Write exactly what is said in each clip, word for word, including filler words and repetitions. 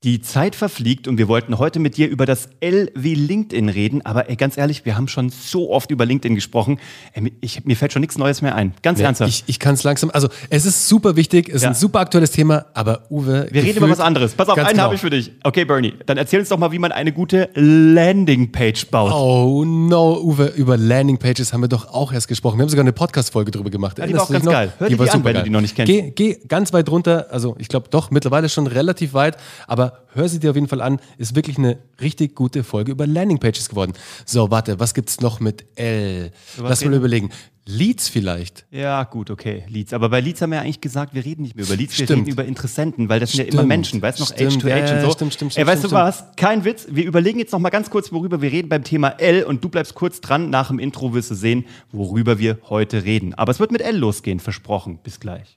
Die Zeit verfliegt und wir wollten heute mit dir über das L wie LinkedIn reden, aber ey, ganz ehrlich, wir haben schon so oft über LinkedIn gesprochen, ey, ich, mir fällt schon nichts Neues mehr ein, ganz ja, ernsthaft. Ich, ich kann es langsam, also es ist super wichtig, es ist ja. ein super aktuelles Thema, aber Uwe... Wir reden über was anderes, pass auf, einen genau. habe ich für dich. Okay Bernie, dann erzähl uns doch mal, wie man eine gute Landingpage baut. Oh no, Uwe, über Landingpages haben wir doch auch erst gesprochen, wir haben sogar eine Podcast-Folge drüber gemacht. Ja, die war auch ganz noch? geil, hör die, die, die an, wenn du die noch nicht kennst. Geh, geh ganz weit runter, also ich glaube doch, mittlerweile schon relativ weit, aber hör sie dir auf jeden Fall an, ist wirklich eine richtig gute Folge über Landingpages geworden. So, warte, was gibt's noch mit L? So, Lass mal überlegen. Leads vielleicht? Ja, gut, okay, Leads. Aber bei Leads haben wir ja eigentlich gesagt, wir reden nicht mehr über Leads, wir stimmt. reden über Interessenten, weil das sind stimmt. ja immer Menschen, weißt du noch, stimmt. Age to Age ja, und so. Stimmt, stimmt, Ey, weißt stimmt, du was? Kein Witz, wir überlegen jetzt noch mal ganz kurz, worüber wir reden beim Thema L und du bleibst kurz dran, nach dem Intro wirst du sehen, worüber wir heute reden. Aber es wird mit L losgehen, versprochen. Bis gleich.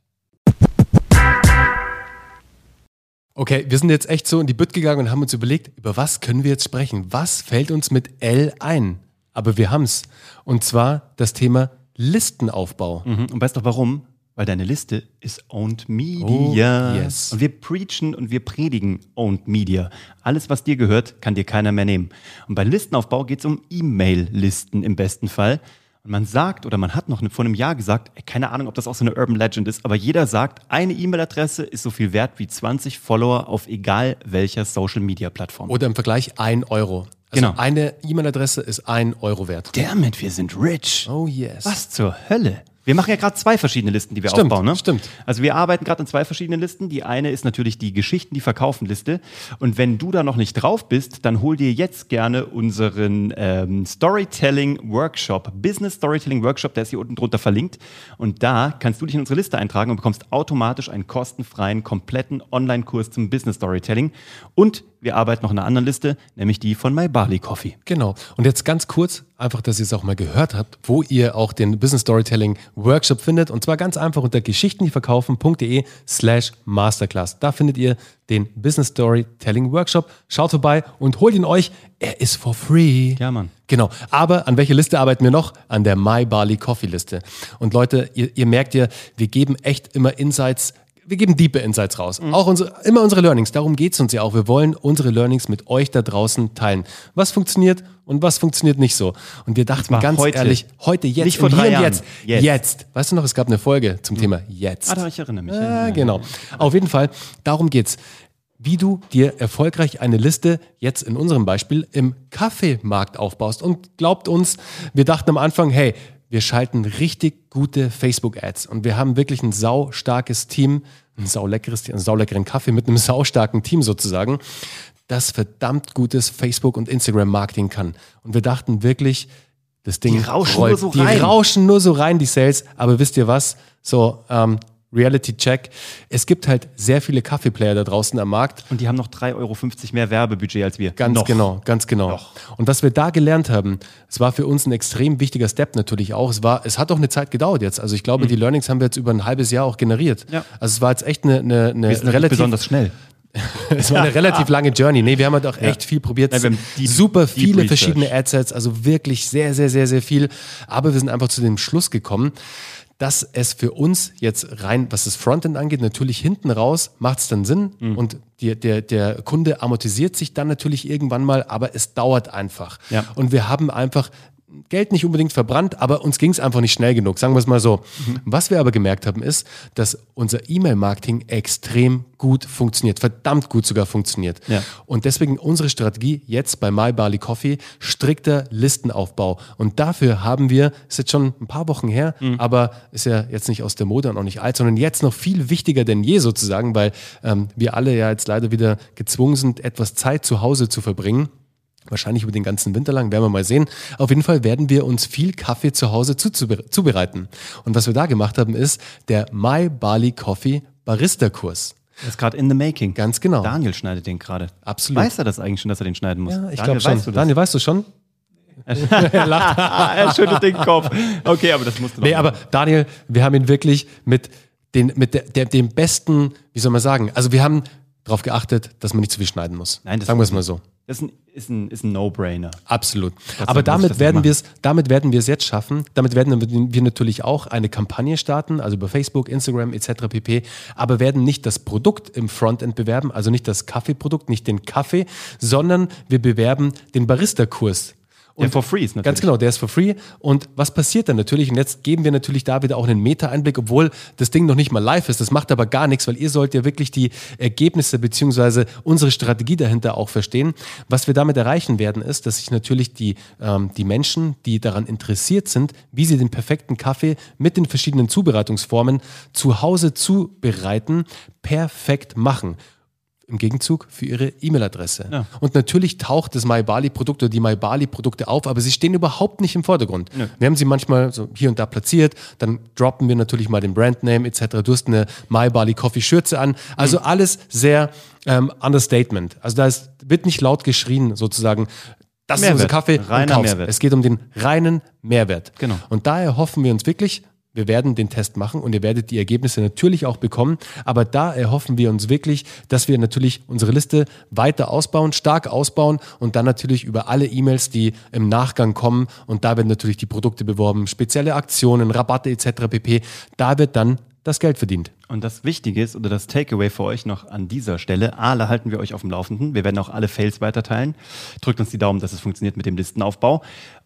Okay, wir sind jetzt echt so in die Bütt gegangen und haben uns überlegt, über was können wir jetzt sprechen? Was fällt uns mit L ein? Aber wir haben's. Und zwar das Thema Listenaufbau. Mhm. Und weißt du warum? Weil deine Liste ist Owned Media. Oh, yes. Und wir preachen und wir predigen Owned Media. Alles, was dir gehört, kann dir keiner mehr nehmen. Und bei Listenaufbau geht es um E-Mail-Listen im besten Fall. Und man sagt, oder man hat noch vor einem Jahr gesagt, keine Ahnung, ob das auch so eine Urban Legend ist, aber jeder sagt, eine E-Mail-Adresse ist so viel wert wie zwanzig Follower auf egal welcher Social-Media-Plattform. Oder im Vergleich ein Euro. Also genau. Eine E-Mail-Adresse ist ein Euro wert. Damit, wir sind rich. Oh yes. Was zur Hölle? Wir machen ja gerade zwei verschiedene Listen, die wir stimmt, aufbauen. Ne? Stimmt. Also wir arbeiten gerade an zwei verschiedenen Listen. Die eine ist natürlich die Geschichten, die verkaufen Liste. Und wenn du da noch nicht drauf bist, dann hol dir jetzt gerne unseren ähm, Storytelling-Workshop, Business Storytelling-Workshop, der ist hier unten drunter verlinkt. Und da kannst du dich in unsere Liste eintragen und bekommst automatisch einen kostenfreien, kompletten Online-Kurs zum Business Storytelling. Und wir arbeiten noch an einer anderen Liste, nämlich die von My Barley Coffee. Genau. Und jetzt ganz kurz, einfach, dass ihr es auch mal gehört habt, wo ihr auch den Business Storytelling Workshop findet. Und zwar ganz einfach unter geschichtendieverkaufen.de slash Masterclass. Da findet ihr den Business Storytelling Workshop. Schaut vorbei und holt ihn euch. Er ist for free. Ja, Mann. Genau. Aber an welcher Liste arbeiten wir noch? An der My Barley Coffee Liste. Und Leute, ihr, ihr merkt ja, wir geben echt immer Insights. Wir geben diepe Insights raus. Mhm. Auch unsere, immer unsere Learnings. Darum geht es uns ja auch. Wir wollen unsere Learnings mit euch da draußen teilen. Was funktioniert und was funktioniert nicht so. Und wir dachten ganz heute. ehrlich, heute, jetzt, nicht vor drei Jahren. Jetzt, jetzt. Jetzt. Weißt du noch, es gab eine Folge zum mhm. Thema Jetzt. Ah, da ich erinnere mich. Ja, genau. Auf jeden Fall, darum geht's. Wie du dir erfolgreich eine Liste jetzt in unserem Beispiel im Kaffeemarkt aufbaust. Und glaubt uns, wir dachten am Anfang, hey, wir schalten richtig gute Facebook-Ads und wir haben wirklich ein saustarkes Team, ein sauleckeres, einen sauleckeren Kaffee mit einem saustarken Team sozusagen, das verdammt gutes Facebook- und Instagram-Marketing kann. Und wir dachten wirklich, das Ding die rauschen rollt. nur so rein. Die rauschen nur so rein, die Sales. Aber wisst ihr was? So, ähm, Reality-Check. Es gibt halt sehr viele Kaffeeplayer da draußen am Markt. Und die haben noch drei Euro fünfzig mehr Werbebudget als wir. Ganz noch. genau, ganz genau. Noch. Und was wir da gelernt haben, es war für uns ein extrem wichtiger Step natürlich auch. Es war, es hat auch eine Zeit gedauert jetzt. Also ich glaube, mhm. die Learnings haben wir jetzt über ein halbes Jahr auch generiert. Ja. Also es war jetzt echt eine, eine, eine wir sind relativ... besonders schnell. Es war eine relativ lange Journey. Nee, wir haben halt auch echt ja. viel probiert. Ja, deep, Super viele deep verschiedene Adsets, also wirklich sehr, sehr, sehr, sehr viel. Aber wir sind einfach zu dem Schluss gekommen, dass es für uns jetzt rein, was das Frontend angeht, natürlich hinten raus macht es dann Sinn mhm. und die, der, der Kunde amortisiert sich dann natürlich irgendwann mal, aber es dauert einfach. Ja. Und wir haben einfach Geld nicht unbedingt verbrannt, aber uns ging es einfach nicht schnell genug, sagen wir es mal so. Mhm. Was wir aber gemerkt haben, ist, dass unser E-Mail-Marketing extrem gut funktioniert, verdammt gut sogar funktioniert. Ja. Und deswegen unsere Strategie jetzt bei My Barley Coffee, strikter Listenaufbau. Und dafür haben wir, ist jetzt schon ein paar Wochen her, mhm. aber ist ja jetzt nicht aus der Mode und auch nicht alt, sondern jetzt noch viel wichtiger denn je sozusagen, weil ähm, wir alle ja jetzt leider wieder gezwungen sind, etwas Zeit zu Hause zu verbringen. Wahrscheinlich über den ganzen Winter lang, werden wir mal sehen. Auf jeden Fall werden wir uns viel Kaffee zu Hause zubereiten. Und was wir da gemacht haben, ist der My Barley Coffee Barista-Kurs. Das ist gerade in the making. Ganz genau. Daniel schneidet den gerade. Absolut. Weiß er das eigentlich schon, dass er den schneiden muss? Ja, ich Daniel, glaube schon. weißt du das? Daniel, weißt du schon? er lacht. Er schüttelt den Kopf. Okay, aber das musst du noch Nee, machen. aber Daniel, wir haben ihn wirklich mit, den, mit der, der, dem besten, wie soll man sagen, also wir haben darauf geachtet, dass man nicht zu viel schneiden muss. Nein, das sagen wir es mal so. Das ist ein, ist ein, ist ein No-Brainer. Absolut. Das Aber muss ich damit das werden machen. wir es, damit werden wir es jetzt schaffen. Damit werden wir natürlich auch eine Kampagne starten, also über Facebook, Instagram et cetera pp. Aber werden nicht das Produkt im Frontend bewerben, also nicht das Kaffeeprodukt, nicht den Kaffee, sondern wir bewerben den Barista-Kurs. Der for free ist natürlich. Ganz genau, der ist for free. Und was passiert dann natürlich? Und jetzt geben wir natürlich da wieder auch einen Meta-Einblick, obwohl das Ding noch nicht mal live ist. Das macht aber gar nichts, weil ihr sollt ja wirklich die Ergebnisse beziehungsweise unsere Strategie dahinter auch verstehen. Was wir damit erreichen werden, ist, dass sich natürlich die, ähm, die Menschen, die daran interessiert sind, wie sie den perfekten Kaffee mit den verschiedenen Zubereitungsformen zu Hause zubereiten, perfekt machen. Im Gegenzug für ihre E-Mail-Adresse. Ja. Und natürlich taucht das MyBali-Produkt oder die MyBali-Produkte auf, aber sie stehen überhaupt nicht im Vordergrund. Nö. Wir haben sie manchmal so hier und da platziert, dann droppen wir natürlich mal den Brandname et cetera. Du hast eine MyBali-Coffee-Schürze an. Also mhm. alles sehr ähm, Understatement. Also da ist, wird nicht laut geschrien sozusagen, das Mehrwert. ist unser Kaffee. Reiner und kauf's. Mehrwert. Es geht um den reinen Mehrwert. Genau. Und daher hoffen wir uns wirklich, wir werden den Test machen und ihr werdet die Ergebnisse natürlich auch bekommen. Aber da erhoffen wir uns wirklich, dass wir natürlich unsere Liste weiter ausbauen, stark ausbauen und dann natürlich über alle E-Mails, die im Nachgang kommen, und da werden natürlich die Produkte beworben, spezielle Aktionen, Rabatte et cetera pp. Da wird dann das Geld verdient. Und das Wichtige ist, oder das Takeaway für euch noch an dieser Stelle, alle halten wir euch auf dem Laufenden. Wir werden auch alle Fails weiterteilen. Drückt uns die Daumen, dass es funktioniert mit dem Listenaufbau.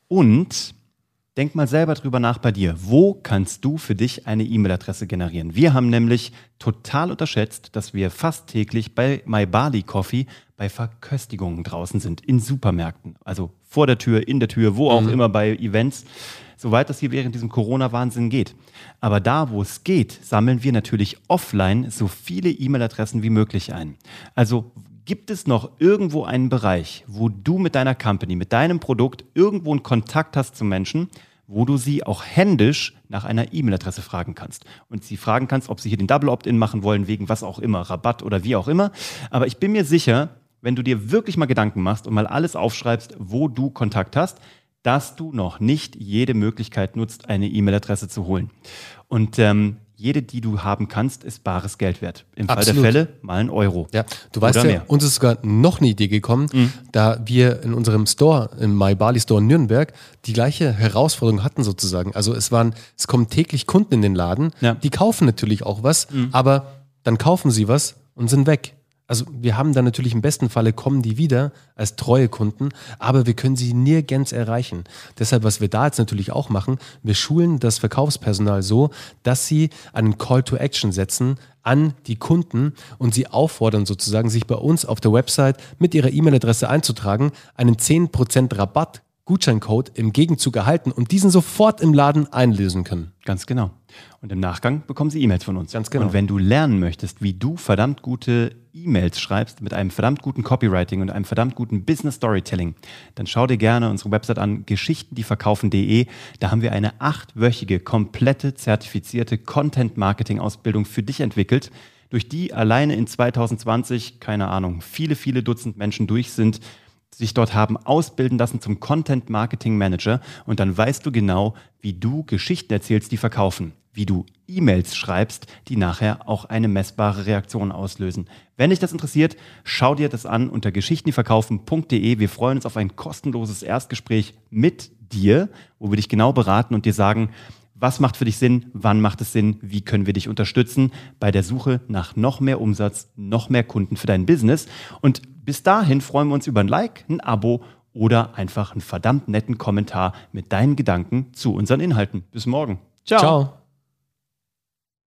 Und denk mal selber drüber nach bei dir. Wo kannst du für dich eine E-Mail-Adresse generieren? Wir haben nämlich total unterschätzt, dass wir fast täglich bei MyBali Coffee bei Verköstigungen draußen sind, in Supermärkten. Also vor der Tür, in der Tür, wo auch mhm. immer, bei Events. Soweit das hier während diesem Corona-Wahnsinn geht. Aber da, wo es geht, sammeln wir natürlich offline so viele E-Mail-Adressen wie möglich ein. Also gibt es noch irgendwo einen Bereich, wo du mit deiner Company, mit deinem Produkt irgendwo einen Kontakt hast zu Menschen, wo du sie auch händisch nach einer E-Mail-Adresse fragen kannst und sie fragen kannst, ob sie hier den Double Opt-in machen wollen, wegen was auch immer, Rabatt oder wie auch immer. Aber ich bin mir sicher, wenn du dir wirklich mal Gedanken machst und mal alles aufschreibst, wo du Kontakt hast, dass du noch nicht jede Möglichkeit nutzt, eine E-Mail-Adresse zu holen. Und ähm, jede, die du haben kannst, ist bares Geld wert. Im Fall Absolut. der Fälle mal ein Euro. Ja, du weißt Oder ja, mehr. uns ist sogar noch eine Idee gekommen, mhm. da wir in unserem Store, im MyBali Store in Nürnberg, die gleiche Herausforderung hatten sozusagen. Also es waren, es kommen täglich Kunden in den Laden, Ja. die kaufen natürlich auch was, Mhm. aber dann kaufen sie was und sind weg. Also wir haben dann natürlich im besten Falle kommen die wieder als treue Kunden, aber wir können sie nirgends erreichen. Deshalb, was wir da jetzt natürlich auch machen, wir schulen das Verkaufspersonal so, dass sie einen Call to Action setzen an die Kunden und sie auffordern sozusagen, sich bei uns auf der Website mit ihrer E-Mail-Adresse einzutragen, einen zehn Prozent Rabatt Gutscheincode im Gegenzug erhalten und diesen sofort im Laden einlösen können. Ganz genau. Und im Nachgang bekommen sie E-Mails von uns. Ganz genau. Und wenn du lernen möchtest, wie du verdammt gute E-Mails schreibst mit einem verdammt guten Copywriting und einem verdammt guten Business Storytelling, dann schau dir gerne unsere Website an, geschichten die verkaufen punkt de. Da haben wir eine achtwöchige, komplette, zertifizierte Content-Marketing-Ausbildung für dich entwickelt, durch die alleine in zwanzig zwanzig, keine Ahnung, viele, viele Dutzend Menschen durch sind, sich dort haben ausbilden lassen zum Content Marketing Manager, und dann weißt du genau, wie du Geschichten erzählst, die verkaufen, wie du E-Mails schreibst, die nachher auch eine messbare Reaktion auslösen. Wenn dich das interessiert, schau dir das an unter geschichten die verkaufen punkt de. Wir freuen uns auf ein kostenloses Erstgespräch mit dir, wo wir dich genau beraten und dir sagen, was macht für dich Sinn, wann macht es Sinn, wie können wir dich unterstützen bei der Suche nach noch mehr Umsatz, noch mehr Kunden für dein Business. Und bis dahin freuen wir uns über ein Like, ein Abo oder einfach einen verdammt netten Kommentar mit deinen Gedanken zu unseren Inhalten. Bis morgen. Ciao. Ciao.